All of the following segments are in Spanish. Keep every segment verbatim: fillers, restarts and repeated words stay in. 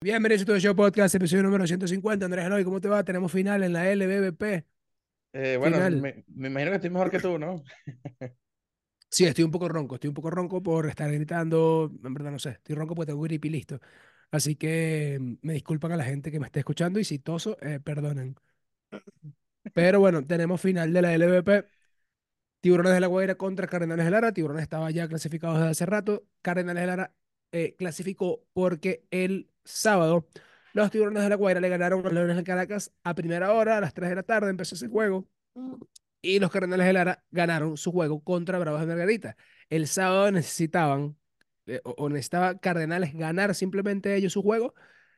Bienvenidos a tu show podcast, episodio número ciento cincuenta. Andrés Eloy, ¿cómo te va? Tenemos final en la L B B P. Eh, bueno, Final. me, me imagino que estoy mejor que tú, ¿no? Sí, estoy un poco ronco, estoy un poco ronco por estar gritando. En verdad no sé, estoy ronco porque tengo gripe y listo. Así que mm, me disculpan a la gente que me esté escuchando y si toso, eh, perdonen. Pero bueno, tenemos final de la L B P. Tiburones de la Guaira contra Cardenales de Lara. Tiburones estaba ya clasificado desde hace rato. Cardenales de Lara eh, clasificó porque el sábado los Tiburones de la Guaira le ganaron a los Leones de Caracas a primera hora, a las tres de la tarde empezó ese juego. Y los Cardenales de Lara ganaron su juego contra Bravos de Margarita. El sábado necesitaban, eh, o, o necesitaba Cardenales ganar simplemente ellos su juego.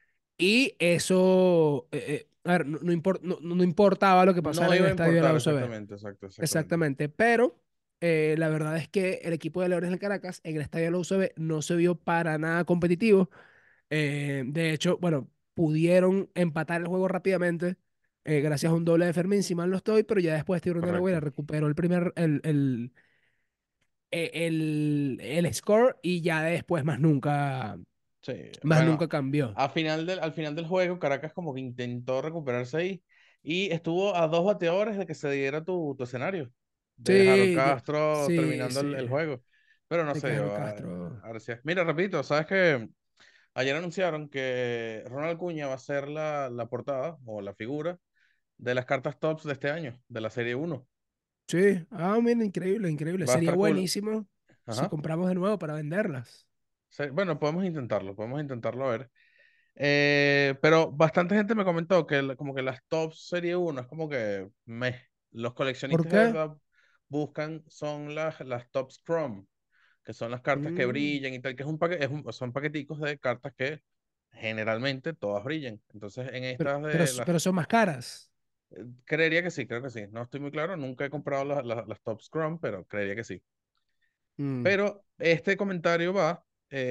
Y eso, eh, eh, a ver, no, no impor- no- no importaba lo que No pasara en el iba a estadio de la importar, U C B. exactamente, exacto, exactamente. Exactamente, pero eh, la verdad es que el equipo de Leones del Caracas en el estadio de la U C B no se vio para nada competitivo. Eh, de hecho, bueno, pudieron empatar el juego rápidamente eh, gracias a un doble de Fermín, si mal no estoy, pero ya después Tiburón de la Guaira Correcto. recuperó el primer, el, el, eh, el, el score y ya después más nunca, Sí, más bueno, nunca cambió. al final del, al final del juego, Caracas como que intentó recuperarse ahí y estuvo a dos bateadores de que se diera tu, tu escenario, de Harold Sí, yo, Castro sí, terminando sí, el, el juego, pero no de se que Harold dio. a- Castro. García. Mira, repito, ¿sabes que ayer anunciaron que Ronald Acuña va a ser la, la portada o la figura de las cartas tops de este año, de la Serie uno? Sí, ah, mira, increíble, increíble. Va a Sería estar cool. buenísimo si Ajá. compramos de nuevo para venderlas. Sí, bueno, podemos intentarlo, podemos intentarlo a ver. Eh, pero bastante gente me comentó que la- como que las tops serie uno es como que meh. Los ¿Por coleccionistas de qué? verdad buscan son las, las tops Chrome, que son las cartas que Mm, brillan y tal, que es un paquete, es un- son paqueticos de cartas que generalmente todas brillan. Entonces, en pero, estas pero, de las, pero son más caras. eh, creería que sí, creo que sí. No estoy muy claro, nunca he comprado las, las, las tops Chrome, pero creería que sí. Mm, Pero este comentario va,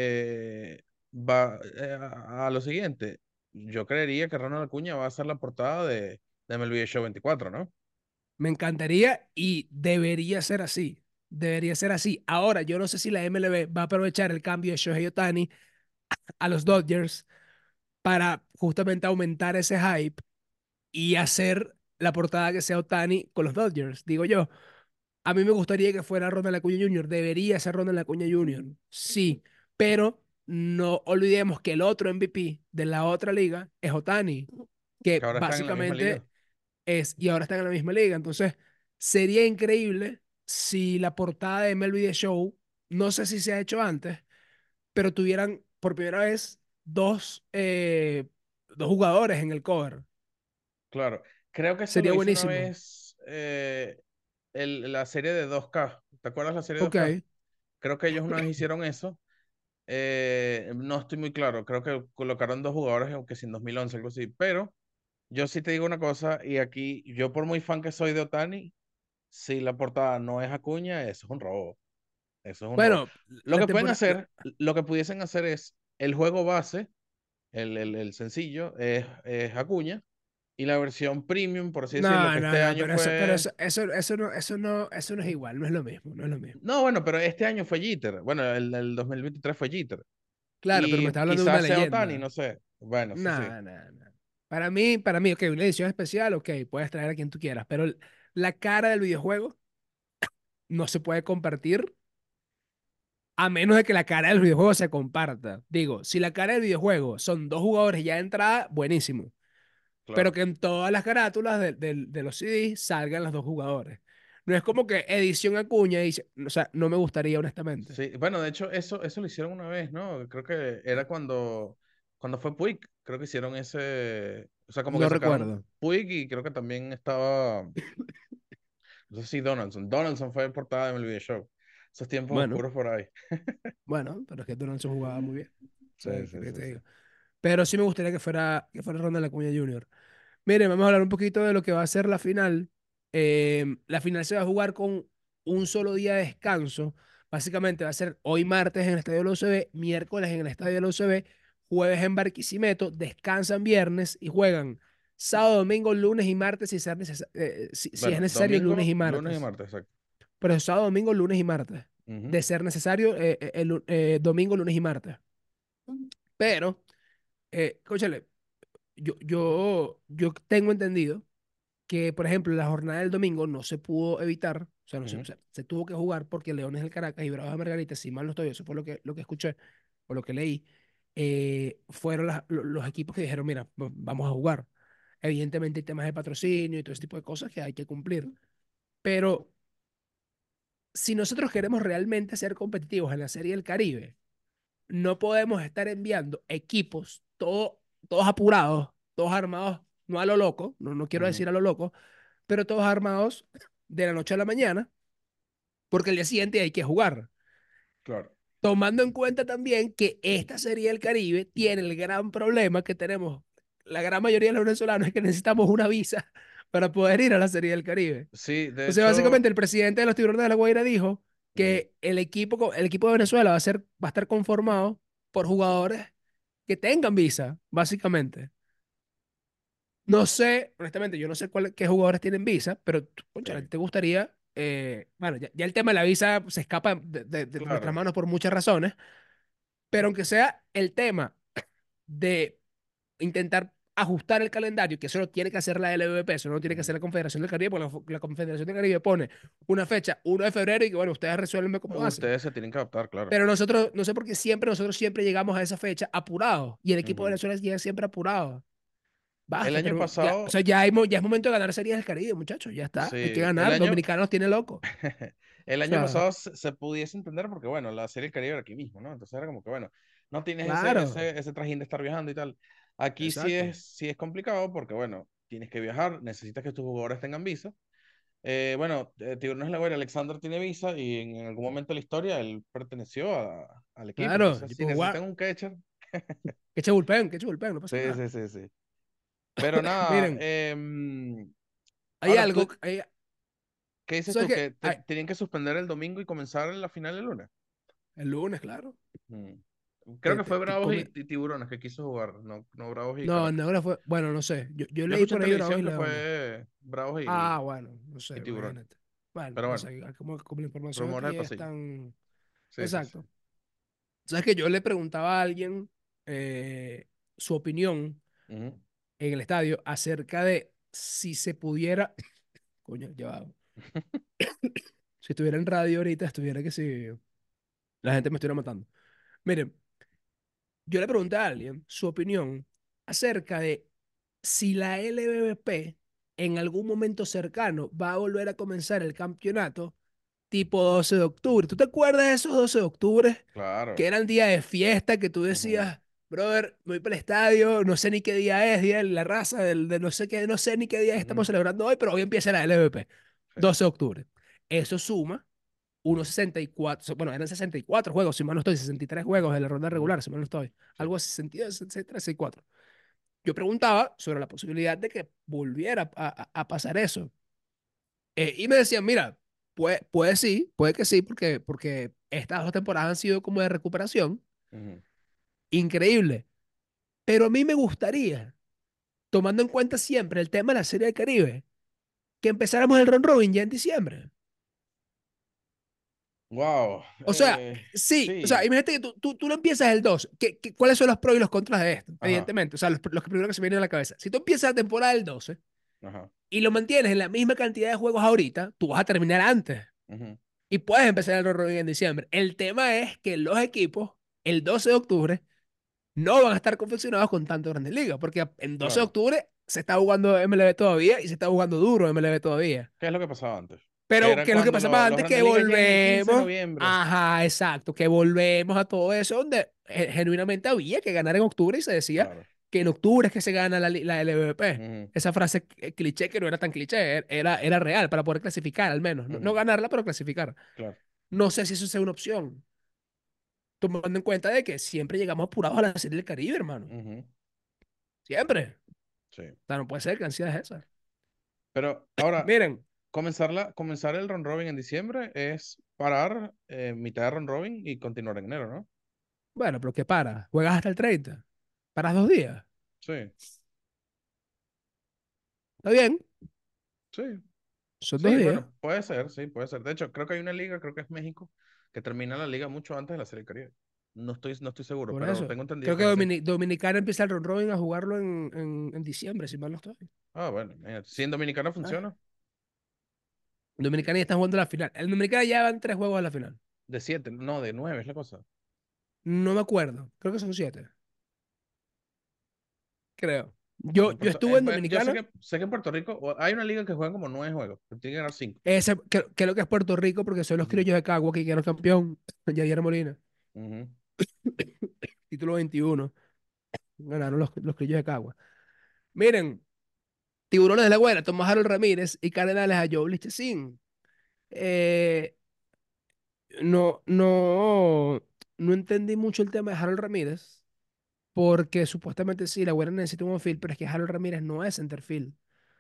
eh, va eh, a, a lo siguiente. Yo creería que Ronald Acuña va a ser la portada de, de M L B Show veinticuatro, ¿no? me encantaría y debería ser así. Debería ser así. Ahora, yo no sé si la M L B va a aprovechar el cambio de Shohei Ohtani a los Dodgers para justamente aumentar ese hype y hacer la portada que sea Ohtani con los Dodgers, digo yo. A mí me gustaría que fuera Ronald Acuña junior Debería ser Ronald Acuña junior Sí, pero no olvidemos que el otro M V P de la otra liga es Ohtani, Que que ahora están en la misma liga. básicamente es, y ahora están en la misma liga. Entonces, sería increíble si la portada de M L B The Show, no sé si se ha hecho antes, pero tuvieran por primera vez dos, eh, dos jugadores en el cover. Claro. Creo que eso lo Sería hizo una buenísimo. vez eh, el- la serie de dos K. ¿Te acuerdas la serie de dos K? Ok. Creo que ellos una vez hicieron eso. Eh, no estoy muy claro. Creo que colocaron dos jugadores, aunque sin dos mil once, algo así. Pero yo sí te digo una cosa, y aquí, yo por muy fan que soy de Otani, si la portada no es Acuña, eso es un robo. Eso es un robo. Bueno, Lo la que pueden temporada... hacer, lo que pudiesen hacer es el juego base, el, el, el sencillo, es, es Acuña, y la versión premium, por así decirlo, No, que no, este no, año pero eso, pero fue. eso, eso, eso no, eso no, eso no es igual, no es lo mismo, no es lo mismo. No, bueno, pero este año fue Jeter. Bueno, el, el dos mil veintitrés fue Jeter. Claro, pero me Y está hablando de una quizás sea Otani, leyenda. no sé. Bueno, sí, sí, No, no, no. Para mí, para mí, ok, una edición especial, ok, puedes traer a quien tú quieras, pero el- la cara del videojuego no se puede compartir a menos de que la cara del videojuego se comparta. Digo, si la cara del videojuego son dos jugadores ya de entrada, buenísimo. Pero claro. que en todas las carátulas de, de- de los C Ds salgan los dos jugadores. No es como que edición Acuña y dice, o sea, no me gustaría honestamente. Sí, bueno, de hecho, eso, eso lo hicieron una vez, ¿no? Creo que era cuando, cuando fue Puig, creo que hicieron ese, o sea, como que No sacaron recuerdo. Puig y creo que también estaba, no sé si Donaldson, Donaldson fue portada de M L B Show, esos tiempos Bueno, oscuros por ahí. bueno, pero es que Donaldson jugaba muy bien. O sea, Sí, ¿qué sí, qué sí, te sí. digo? Pero sí me gustaría que fuera, que fuera Ronald Acuña junior Miren, vamos a hablar un poquito de lo que va a ser la final. Eh, la final se va a jugar con un solo día de descanso. Básicamente va a ser hoy martes en el Estadio de la U C B, miércoles en el Estadio de la U C B, jueves en Barquisimeto, descansan viernes y juegan sábado, domingo, lunes y martes si, ser neces- eh, si, si es Bueno, necesario lunes y domingo, lunes y martes. martes, exacto. Pero sábado, domingo, lunes y martes. Ujú. De ser necesario, eh, eh, el, lu- eh, domingo, lunes y martes. Pero Eh, cónchale, yo, yo, yo tengo entendido que, por ejemplo, la jornada del domingo no se pudo evitar, o sea, no se, o Ujú, sea, se tuvo que jugar porque Leones del Caracas y Bravos de Margarita, si mal no estoy, eso fue lo que, lo que escuché o lo que leí, eh, fueron las- lo- los equipos que dijeron, mira, v- vamos a jugar. Evidentemente hay temas de patrocinio y todo ese tipo de cosas que hay que cumplir, pero si nosotros queremos realmente ser competitivos en la Serie del Caribe, no podemos estar enviando equipos todo- todos apurados, todos armados, no a lo loco, no, no quiero ujú, decir a lo loco, pero todos armados de la noche a la mañana, porque el día siguiente hay que jugar. claro. Tomando en cuenta también que esta Serie del Caribe tiene el gran problema que tenemos la gran mayoría de los venezolanos es que necesitamos una visa para poder ir a la Serie del Caribe. Sí, de O sea, básicamente hecho, el presidente de los Tiburones de la Guaira dijo ujú, que el equipo, co- el equipo de Venezuela va a ser, va a estar conformado por jugadores que tengan visa, básicamente. No sé, honestamente, yo no sé cuál, qué jugadores tienen visa, pero, concha, ¿a ti sí, te gustaría? Eh, bueno, ya, ya el tema de la visa se escapa de, de- de nuestras claro. manos por muchas razones, pero aunque sea el tema de intentar ajustar el calendario, que eso lo tiene que hacer la L V P, eso no lo tiene que Ujú. hacer la Confederación del Caribe, porque la, la Confederación del Caribe pone una fecha, uno de febrero, y que bueno, ustedes resuelven cómo hacen. Ustedes se tienen que adaptar, claro. Pero nosotros, no sé por qué siempre, nosotros siempre llegamos a esa fecha apurados, y el equipo de Ujú. Venezuela llega siempre apurado. El Basta, año pero ya, o pasado, sea, ya, hay, mo- ya es momento de ganar Series del Caribe, muchachos, ya está, hay que sí, el ganar, año, Dominicanos tiene loco. O el año sea, pasado se, se pudiese entender porque, bueno, la Serie del Caribe era aquí mismo, ¿no? Entonces era como que, bueno, no tienes ese, claro, ese, ese trajín de estar viajando y tal. Aquí sí exacto, es, sí es complicado porque, bueno, tienes que viajar, necesitas que tus jugadores tengan visa. Eh, bueno, eh, Tiburones de la Guaira, Alexander tiene visa y en algún momento de la historia él perteneció a- al equipo. claro, Entonces, si tipo, necesitan guau, un catcher, que eche bullpen, que eche bullpen, no pasa sí, nada. sí, sí, sí. Pero nada, Miren, em, hay ahora tú, algo, hay, ¿qué dices ¿sabes tú? qué? ¿Que te- Hay- tenían que suspender el domingo y comenzar la final el lunes? el lunes, claro. Mm. Creo Te, que te- fue te Bravos y, come- y Tiburones que quiso jugar, no, no Bravos y No, Caracas. no, fue, bueno, no sé. Yo, yo Yo leí escuché en por ahí Bravos televisión y que Leones. fue Bravos Ah, y, bueno, no sé, y Tiburones. imagínate. Bueno, Pero no bueno, sé, como, como la información rumores del aquí es pasillo. tan... Sí, sí, sí. Exacto. Sabes que yo le preguntaba a alguien eh, su opinión Ujú. en el estadio acerca de si se pudiera, coño, ya va. Si estuviera en radio ahorita, estuviera que si la gente me estuviera matando. Miren, yo le pregunté a alguien su opinión acerca de si la L V P en algún momento cercano va a volver a comenzar el campeonato tipo doce de octubre. ¿Tú te acuerdas de esos doce de octubre que Claro. eran día de fiesta que tú Ujú. decías, brother, me voy para el estadio, no sé ni qué día es, día de la raza, del, de no sé qué, no sé ni qué día Ujú. estamos celebrando hoy, pero hoy empieza la L V P, Sí. doce de octubre. Eso suma unos sesenta y cuatro, bueno, eran sesenta y cuatro juegos, si mal no estoy, sesenta y tres juegos de la ronda Ujú. regular, si mal no estoy, Sí. algo así, sesenta y dos, sesenta y tres, sesenta y cuatro. Yo preguntaba sobre la posibilidad de que volviera a, a- a pasar eso. Eh, y me decían, mira, puede, puede sí, puede que sí, porque, porque estas dos temporadas han sido como de recuperación, Ujú. increíble. Pero a mí me gustaría, tomando en cuenta siempre el tema de la Serie del Caribe, que empezáramos el round robin ya en diciembre. Wow. O sea, Eh, sí, o sea, sí. imagínate que tú, tú, tú lo empiezas el dos. ¿Qué, qué, cuáles son los pros y los contras de esto? Ajá. Evidentemente, o sea, los, los que primero que se vienen a la cabeza. Si tú empiezas la temporada del doce Ajá. y lo mantienes en la misma cantidad de juegos ahorita, tú vas a terminar antes Ujú. y puedes empezar el round robin en diciembre. El tema es que los equipos, el doce de octubre, no van a estar confeccionados con tanto Grandes Ligas, porque en doce de Claro. octubre se está jugando M L B todavía y se está jugando duro M L B todavía. ¿Qué es lo que pasaba antes? Que Pero, era ¿qué es lo que cuando lo- pasaba los antes? Que Grandes Ligas llegan el quince de volvemos. noviembre. Ajá, exacto, que volvemos a todo eso donde eh, genuinamente había que ganar en octubre y se decía Claro. que en octubre es que se gana la, li- la L V P. Ujú. Esa frase eh, cliché que no era tan cliché, er- era, era real para poder clasificar al menos. No, no Ujú. ganarla, pero clasificar. Claro. No sé si eso sea una opción, tomando en cuenta de que siempre llegamos apurados a la Serie del Caribe, hermano. Ujú. Siempre. Sí. O sea, no puede ser que ansiedad es esa. Pero ahora, Miren, comenzar, la, comenzar el round robin en diciembre es parar eh, mitad de round robin y continuar en enero, ¿no? bueno, pero ¿qué para? ¿Juegas hasta el treinta? ¿Paras dos días? Sí, ¿Está bien? sí, Son dos sí, días. bueno, puede ser, sí, puede ser. De hecho, creo que hay una liga, creo que es México, que termina la liga mucho antes de la Serie del Caribe. No estoy, no estoy seguro, Por pero eso. tengo entendido Creo que que es así. Domini- Dominicana empieza el round robin a jugarlo en, en, en diciembre, si mal no estoy. Ah, bueno, imagínate. Si en Dominicana Ah, funciona, Dominicana ya está jugando la final. El Dominicana ya van tres juegos a la final. de siete, no, de nueve es la cosa. No me acuerdo. Creo que son siete. Creo. Yo, En yo Puerto- estuve en- en en- yo sé Dominicana. que, sé que en Puerto Rico o- hay una liga que juegan como nueve juegos, pero tiene que ganar cinco. Ese, que, que lo que es Puerto Rico, porque son los Ujú, criollos de Cagua que quedaron campeón. Javier Molina. ujú. Título veintiuno. Ganaron los, los criollos de Cagua. Miren, Tiburones de la Guaira, Tomás Harold Ramírez y Cardenales a Joe Lichesín. Eh, no, no, no entendí mucho el tema de Harold Ramírez, porque supuestamente sí, la Guaira necesita un outfield, pero es que Harold Ramírez no es centerfield.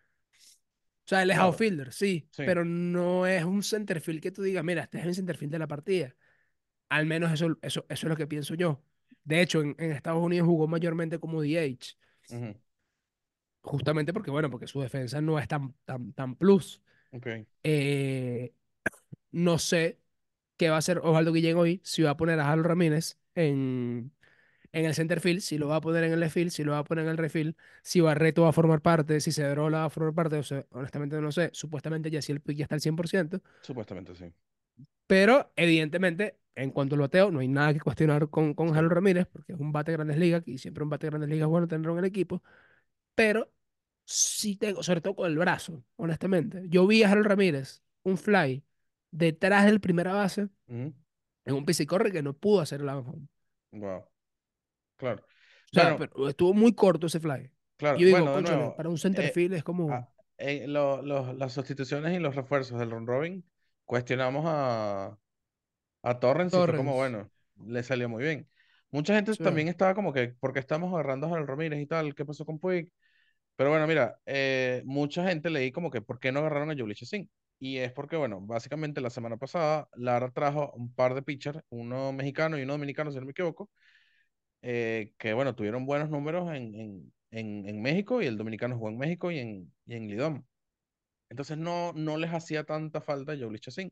O sea, él es Claro, outfielder, sí, sí. pero no es un centerfield que tú digas, mira, este es el centerfield de la partida. Al menos eso, eso, eso es lo que pienso yo. De hecho, en, en Estados Unidos jugó mayormente como D H, Ujú, justamente porque, bueno, porque su defensa no es tan, tan, tan plus. ok, Eh, no sé qué va a hacer Osvaldo Guillén hoy, si va a poner a Harold Ramírez en, en el center field, si lo va a poner en el left field, si lo va a poner en el right field, si Barreto va a formar parte, si Cedrola va a formar parte, o sea, honestamente no sé, supuestamente ya si el pick ya está al cien por ciento, supuestamente sí. pero evidentemente en cuanto al bateo no hay nada que cuestionar con, con Sí. Harold Ramírez, porque es un bate de Grandes Ligas y siempre un bate de Grandes Ligas es bueno tenerlo en el equipo, pero sí tengo, sobre todo con el brazo, honestamente. Yo vi a Harold Ramírez, un fly, detrás del primera base, en un corre que no pudo hacer el out home. Wow, claro. O sea, Bueno, pero estuvo muy corto ese fly. claro, Y yo digo, bueno, de cónchale, nuevo, para un center eh, field es como a- eh, lo- lo- las sustituciones y los refuerzos del round robin, cuestionamos a, a Torrens y fue como, Torrens. bueno, le salió muy bien. Mucha gente O sea, también estaba como que, ¿por qué estamos agarrando a Harold Ramírez y tal? ¿Qué pasó con Puig? Pero bueno, mira, eh, mucha gente leí como que, ¿por qué no agarraron a Jhoulys Chacín? Y es porque, bueno, básicamente la semana pasada Lara trajo un par de pitchers, uno mexicano y uno dominicano, si no me equivoco, eh, que, bueno, tuvieron buenos números en, en, en, en México y el dominicano jugó en México y en, y en Lidom. Entonces no, no les hacía tanta falta Jhoulys Chacín.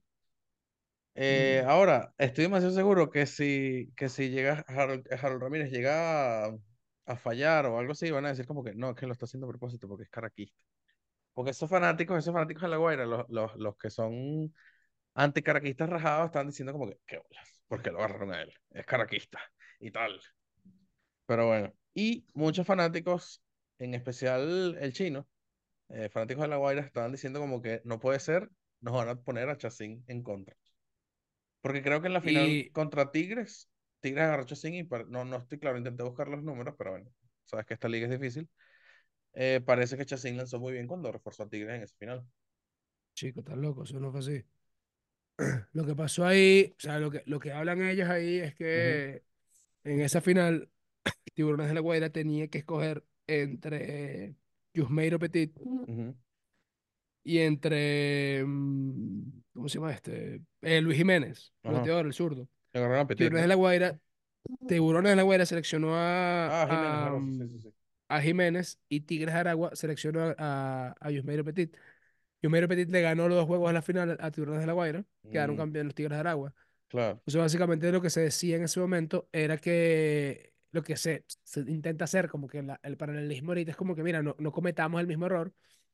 Eh, mm, ahora, estoy demasiado seguro que si, que si llega Harold, Harold Ramírez llega a, a fallar o algo así, van a decir como que no, que lo está haciendo a propósito porque es caraquista. Porque esos fanáticos, esos fanáticos de La Guaira, los, los, los que son anticaraquistas rajados, están diciendo como que, qué bolas, porque lo agarraron a él, es caraquista y tal. Pero bueno, y muchos fanáticos, en especial el chino, eh, fanáticos de La Guaira, estaban diciendo como que no puede ser, nos van a poner a Chacín en contra. Porque creo que en la final y contra Tigres, Tigres agarró a Chacín y par- no, no estoy claro, intenté buscar los números, pero bueno, sabes que esta liga es difícil. Eh, parece que Chacín lanzó muy bien cuando reforzó a Tigres en ese final. chico, estás loco, eso no fue así. Lo que pasó ahí, o sea, lo que, lo que hablan ellos ahí es Ujú, que en esa final, Tiburones de la Guaira tenía que escoger entre Yusmeiro Petit ujú. y entre, mm, ¿cómo se llama este? Eh, Luis Jiménez, el Ajá. bateador, el zurdo. Le agarraron a Petit, Tiburones de ¿no? la Guaira, Tiburones de la Guaira seleccionó a, Ah, Jiménez, a, ahora sí, sí, mm, sí. Sí. a Jiménez y Tigres de Aragua seleccionó a, a, a Yusmeiro Petit. Yusmeiro Petit le ganó los dos juegos a la final a Tiburones de la Guaira, quedaron Mm, campeones los Tigres de Aragua. claro, Entonces, básicamente lo que se decía en ese momento era que lo que se, se intenta hacer, como que la- el paralelismo ahorita es como que, mira, no, no cometamos el mismo error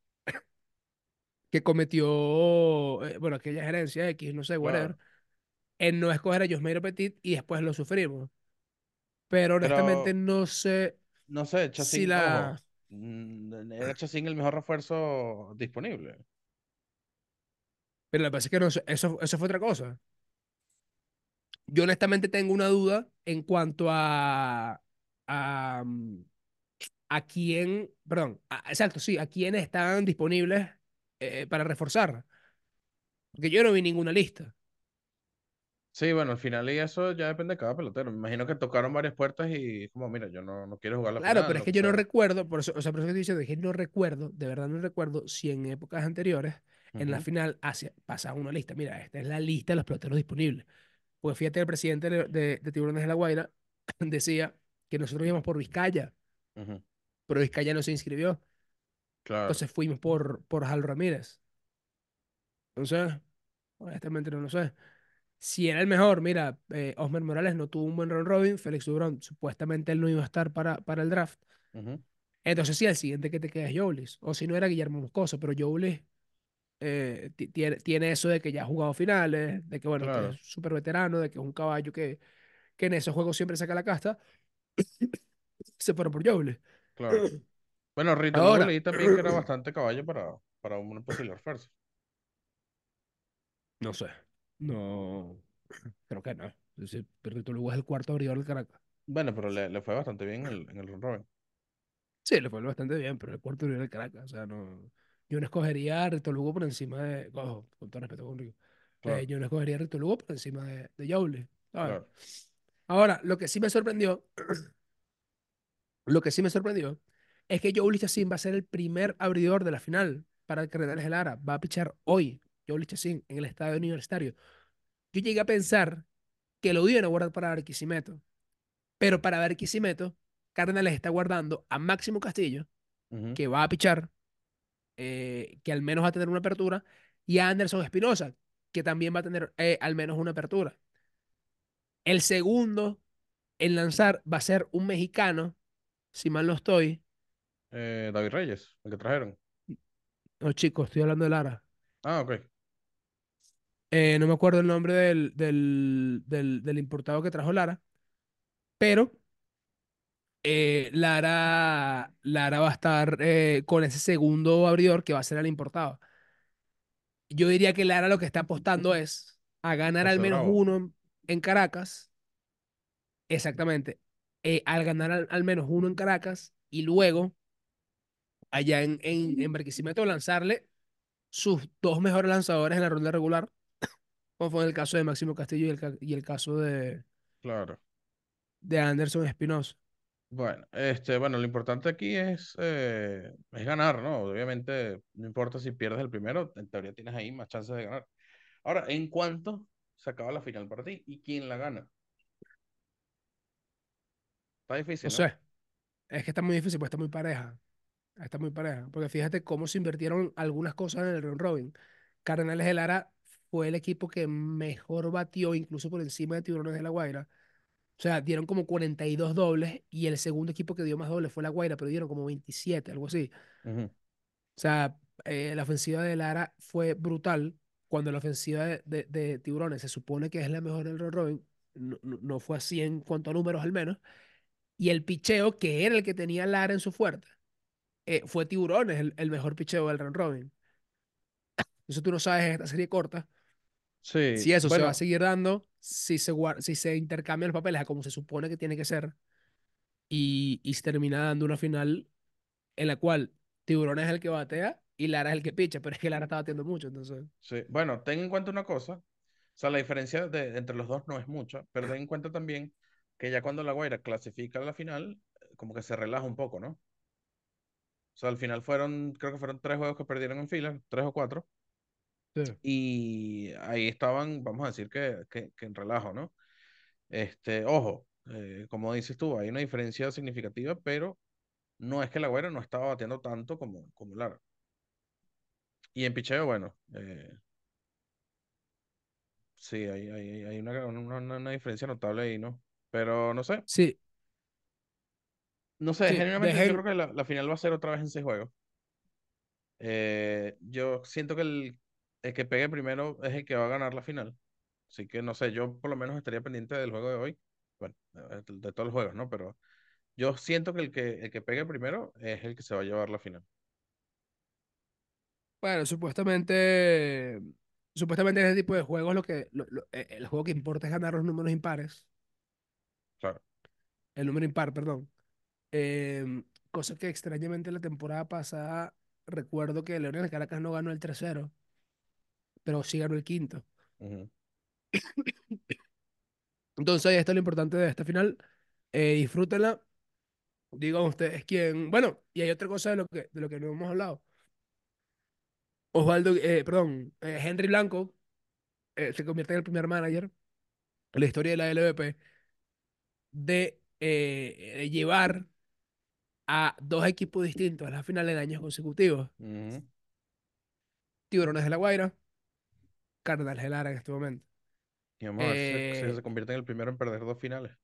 que cometió, eh, bueno, aquella gerencia X, no sé, claro. whatever, en no escoger a Josmeiro Petit y después lo sufrimos. Pero honestamente Pero, no sé no sé, si Chacín, ojo, la... mm, era Chacín el mejor refuerzo disponible. Pero lo que pasa es que no sé, eso, eso fue otra cosa. Yo honestamente tengo una duda en cuanto a, a, mm, a quién, perdón, a- exacto, sí, a quiénes estaban disponibles eh, para reforzar. Porque yo no vi ninguna lista. Sí, bueno, al final y eso ya depende de cada pelotero. Me imagino que tocaron varias puertas y como, mira, yo no, no quiero jugar la Claro, final, pero es lo que que yo no sea. recuerdo, por eso, o sea, por eso que estoy diciendo, es que no recuerdo, de verdad no recuerdo si en épocas anteriores, en la Ujú, final, hacia, pasaba una lista. Mira, esta es la lista de los peloteros disponibles. Pues fíjate, el presidente de, de- de Tiburones de la Guaira decía que nosotros íbamos por Vizcaya, ujú, pero Vizcaya no se inscribió. claro. Entonces fuimos por, por Jal Ramírez. Entonces, honestamente no lo sé. si era el mejor, mira, eh, Osmer Morales no tuvo un buen round robin, Félix Dubron, supuestamente él no iba a estar para, para el draft. Ujú, Entonces sí, el siguiente que te queda es Joulis. O si no era Guillermo Moscoso, pero Joulis eh, ti- tiene, tiene eso de que ya ha jugado finales, de que bueno, que es claro, súper veterano, de que es un caballo que, que en esos juegos siempre saca la casta, se fueron por Joulis. claro. Bueno, Rito luego Ahora, leí también que era bastante caballo para, para un posible refuerzo. no sé, no, creo que no. Es decir, Perrito Lugo es el cuarto abridor del Caracas. Bueno, pero le, le fue bastante bien en el, en el round robin. Sí, le fue bastante bien, pero el cuarto abridor del Caracas, o sea, no. Yo no escogería a Rito Lugo por encima de, ojo, con todo respeto con Rico, eh, Claro, yo no escogería a Rito Lugo por encima de, de Joulis, ¿sabes? claro. Ahora, lo que sí me sorprendió, lo que sí me sorprendió es que Joe Chacín va a ser el primer abridor de la final para el Cardenales de Lara. Va a pichar hoy Joe Chacín en el estadio universitario. Yo llegué a pensar que lo iban a guardar para Barquisimeto, pero para Barquisimeto, Cardenales está guardando a Máximo Castillo, Ujú. que va a pichar, eh, que al menos va a tener una apertura, y a Anderson Espinosa, que también va a tener eh, al menos una apertura. El segundo en lanzar va a ser un mexicano, si mal no estoy. Eh, David Reyes, el que trajeron. No, chicos, estoy hablando de Lara. Ah, ok. Eh, no me acuerdo el nombre del, del, del, del importado que trajo Lara, pero eh, Lara, Lara va a estar eh, con ese segundo abridor que va a ser el importado. Yo diría que Lara lo que está apostando es a ganar al José menos Bravo. uno en, en Caracas, exactamente, eh, al ganar al, al menos uno en Caracas y luego allá en, en, en Barquisimeto lanzarle sus dos mejores lanzadores en la ronda regular, como fue en el caso de Máximo Castillo y el, ca- y el caso de, Claro. de Anderson Espinosa. Bueno, este, bueno, lo importante aquí es, eh, es ganar, ¿no? Obviamente, no importa si pierdes el primero, en teoría tienes ahí más chances de ganar. Ahora, ¿en cuánto se acaba la final para ti? ¿Y quién la gana? Está No difícil, ¿no? sé, es que está muy difícil, pues está muy pareja. Está muy pareja. Porque fíjate cómo se invirtieron algunas cosas en el round robin. Cardenales de Lara fue el equipo que mejor batió, incluso por encima de Tiburones de La Guaira. O sea, dieron como cuarenta y dos dobles y el segundo equipo que dio más dobles fue La Guaira, pero dieron como veintisiete, algo así. Ujú. O sea, eh, la ofensiva de Lara fue brutal. Cuando la ofensiva de, de- de Tiburones se supone que es la mejor del round robin, no, no- no fue así en cuanto a números al menos. Y el picheo, que era el que tenía Lara en su fuerte, eh, fue Tiburones el, el mejor picheo del round robin. Eso tú no sabes en esta serie corta Sí, si eso se va a bueno, seguir dando, si se, guar- si se intercambian los papeles a como se supone que tiene que ser y, y se termina dando una final en la cual Tiburones es el que batea y Lara es el que picha, pero es que Lara está batiendo mucho, entonces. sí. Bueno, ten en cuenta una cosa. O sea, la diferencia de, entre los dos no es mucha, pero ten en cuenta también que ya cuando La Guaira clasifica a la final, eh, como que se relaja un poco, ¿no? O sea, al final fueron, creo que fueron tres juegos que perdieron en fila, tres o cuatro, Sí. y ahí estaban, vamos a decir que, que, que en relajo, ¿no? Este, ojo, eh, como dices tú, hay una diferencia significativa, pero no es que La Guaira no estaba bateando tanto como, como Lara. Y en picheo, bueno, eh, sí, hay, hay, hay una, una, una- una diferencia notable ahí, ¿no? Pero no sé, Sí, no sé, sí, genuinamente yo creo dejen, que la, la final va a ser otra vez en seis juegos. Eh, yo siento que el, el que pegue primero es el que va a ganar la final. Así que no sé, yo por lo menos estaría pendiente del juego de hoy. Bueno, de, de todos los juegos, ¿no? Pero yo siento que el que, el que pegue primero es el que se va a llevar la final. bueno, supuestamente, supuestamente en ese tipo de juegos lo que, lo- lo- eh, el juego que importa es ganar los números impares, Claro. el número impar, perdón. Em, cosa que extrañamente la temporada pasada recuerdo que Leones de Caracas no ganó el tercero, pero sí ganó el quinto. Ujú. Entonces ahí está lo importante de esta final. Eh, disfrútenla. Digan ustedes quién. Bueno, y hay otra cosa de lo que, de lo que no hemos hablado. Osvaldo, eh, perdón, eh, Henry Blanco eh, se convierte en el primer manager en la historia de la L V P de, eh, de llevar a dos equipos distintos a la final en años consecutivos. Ujú. Tiburones de La Guaira, Cardenales de Lara en este momento. Y vamos a ver si se, si Eh, se convierte en el primero en perder dos finales.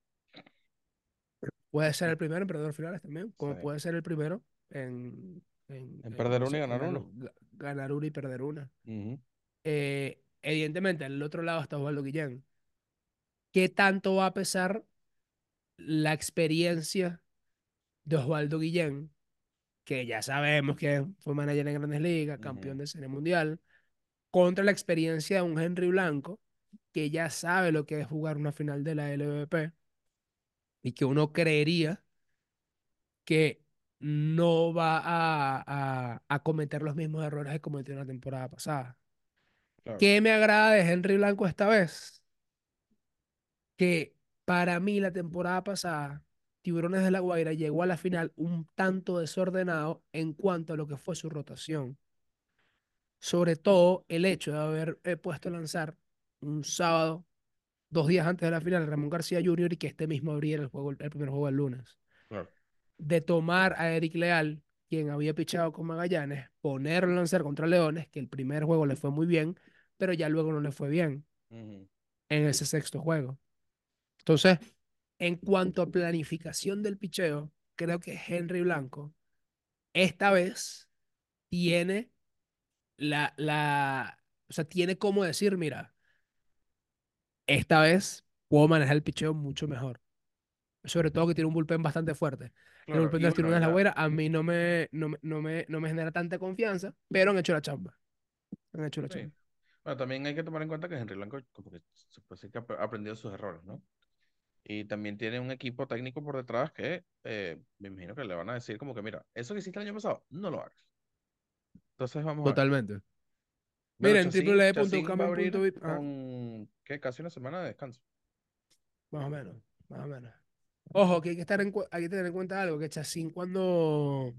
puede ser el primero en perder finales también, Sí. como puede ser el primero en, en, En en, perder no uno y sé, ganar ganar, uno. ga- ganar una y perder una. Ujú, Eh, evidentemente, al otro lado está Osvaldo Guillén. ¿Qué tanto va a pesar la experiencia de Osvaldo Guillén, que ya sabemos que fue manager en Grandes Ligas, campeón ujú, de Serie Mundial, contra la experiencia de un Henry Blanco, que ya sabe lo que es jugar una final de la L V P y que uno creería que no va a, a, a cometer los mismos errores que cometió en la temporada pasada? claro. ¿Qué me agrada de Henry Blanco esta vez? Que para mí la temporada pasada, Tiburones de La Guaira llegó a la final un tanto desordenado en cuanto a lo que fue su rotación. Sobre todo el hecho de haber eh, puesto a lanzar un sábado, dos días antes de la final, a Ramón García junior y que este mismo abriera el juego, el primer juego el lunes. Claro. De tomar a Eric Leal, quien había pichado con Magallanes, ponerlo a lanzar contra Leones, que el primer juego le fue muy bien, pero ya luego no le fue bien Ujú, en ese sexto juego. Entonces, en cuanto a planificación del picheo, creo que Henry Blanco esta vez tiene la, la, o sea, tiene como decir, mira, esta vez puedo manejar el picheo mucho mejor. Sobre todo que tiene un bullpen bastante fuerte. El claro. bullpen Y de los bueno, Tiburones de La ya. Guaira a mí no me, no, me, no me, no me genera tanta confianza, pero han hecho la chamba. Han hecho la Sí. chamba. Bueno, también hay que tomar en cuenta que Henry Blanco como que se puede decir que ha aprendido sus errores, ¿no? Y también tiene un equipo técnico por detrás que eh, me imagino que le van a decir como que, mira, eso que hiciste el año pasado, no lo hagas. Entonces vamos a ver. Totalmente. Bueno, Miren, Chacín, Chacín va a abrir www.caman.vip. Ah, con, ¿qué? Casi una semana de descanso. más o menos, más o menos. Ojo, que hay que, estar en, cu- hay que tener en cuenta algo, que Chacín cuando,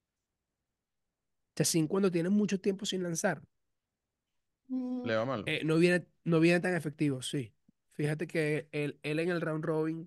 Chacín cuando tiene mucho tiempo sin lanzar, mm, Le va mal. eh, no viene, no viene tan efectivo, sí. Fíjate que él, él en el round robin,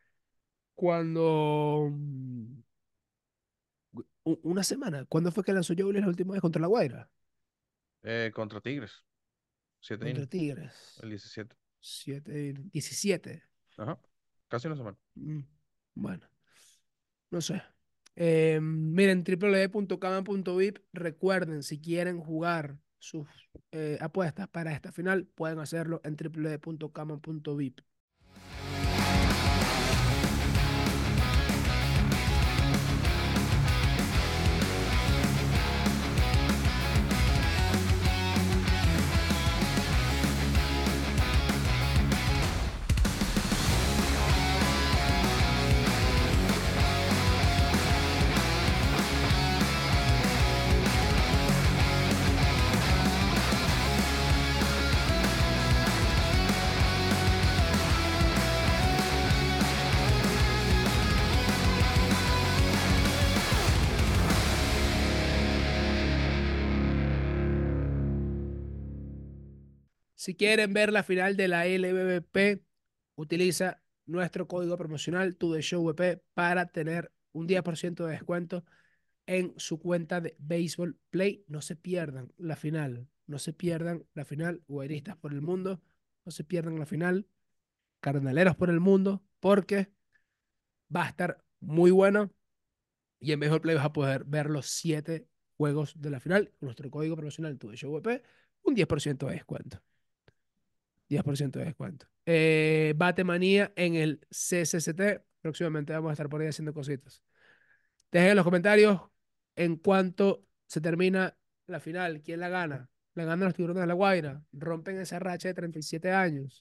cuando mm, u- una semana, ¿cuándo fue que lanzó Joey la última vez contra La Guaira? Eh, contra Tigres, siete Contra innings, Tigres. el diecisiete. Siete, diecisiete. Ajá, casi una semana. Mm, bueno, no sé. Eh, miren, www.caman.vip. Recuerden, si quieren jugar sus eh, apuestas para esta final, pueden hacerlo en www.caman.vip. Si quieren ver la final de la L B B P, utiliza nuestro código promocional TUDESHOWVP para tener un diez por ciento de descuento en su cuenta de Baseball Play. No se pierdan la final, no se pierdan la final, guairistas por el mundo, no se pierdan la final, carnaleros por el mundo, porque va a estar muy bueno y en Baseball Play vas a poder ver los siete juegos de la final con nuestro código promocional TUDESHOWVP, un diez por ciento de descuento. diez por ciento de descuento. Eh, Batemanía en el C C C T. Próximamente vamos a estar por ahí haciendo cositas. Dejen en los comentarios en cuanto se termina la final. ¿Quién la gana? La ganan los Tiburones de La Guaira. Rompen esa racha de treinta y siete años.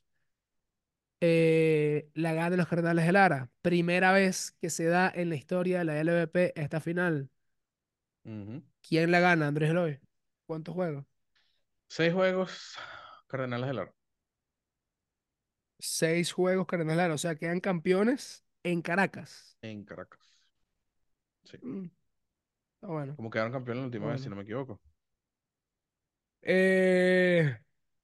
Eh, la ganan los Cardenales de Lara. Primera vez que se da en la historia de la L V P esta final. Ujú. ¿Quién la gana, Andrés Eloy? ¿Cuántos juegos? Seis juegos, Cardenales del Lara, Seis juegos Cardenales de Lara. O sea, quedan campeones en Caracas. en Caracas. Sí. Mm, está bueno, Como quedaron campeones la está última vez, si bueno. no me equivoco. Eh,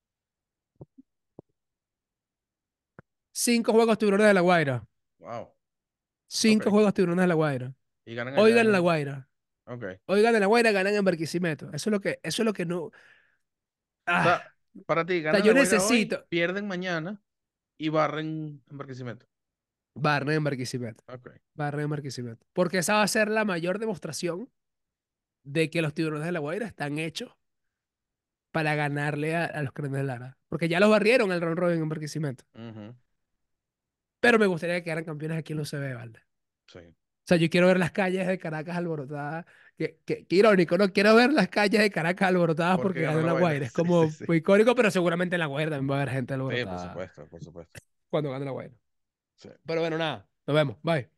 cinco juegos Tiburones de La Guaira. Wow. Ok. Cinco juegos Tiburones de La Guaira. Y ganan Hoy allá ganan La en. Guaira. Ok. O Hoy ganan La Guaira, ganan en Barquisimeto. Eso es lo que, eso es lo que no. Ah. sea, para ti, O sea, ganan la yo Guaira hoy, necesito. pierden mañana. y barren en Barquisimeto. Barra en Barquisimeto. Ok. Barra en Barquisimeto. Porque esa va a ser la mayor demostración de que los tiburones de La Guaira están hechos para ganarle a, a los Cremas de Lara. Porque ya los barrieron el round robin en Barquisimeto. Ujú. Pero me gustaría que quedaran campeones aquí en la U C B, ¿vale? Sí. O sea, yo quiero ver las calles de Caracas alborotadas. Qué, qué- qué irónico, ¿no? Quiero ver las calles de Caracas alborotadas Porque porque ganó ganó la La Guaira. Guaira. Es Sí, sí, como sí. muy icónico, pero seguramente en La Guaira también va a haber gente Sí, por alborotada supuesto, por supuesto. cuando gane La Guaira. Sí. Pero bueno, nada. Nos vemos. Bye.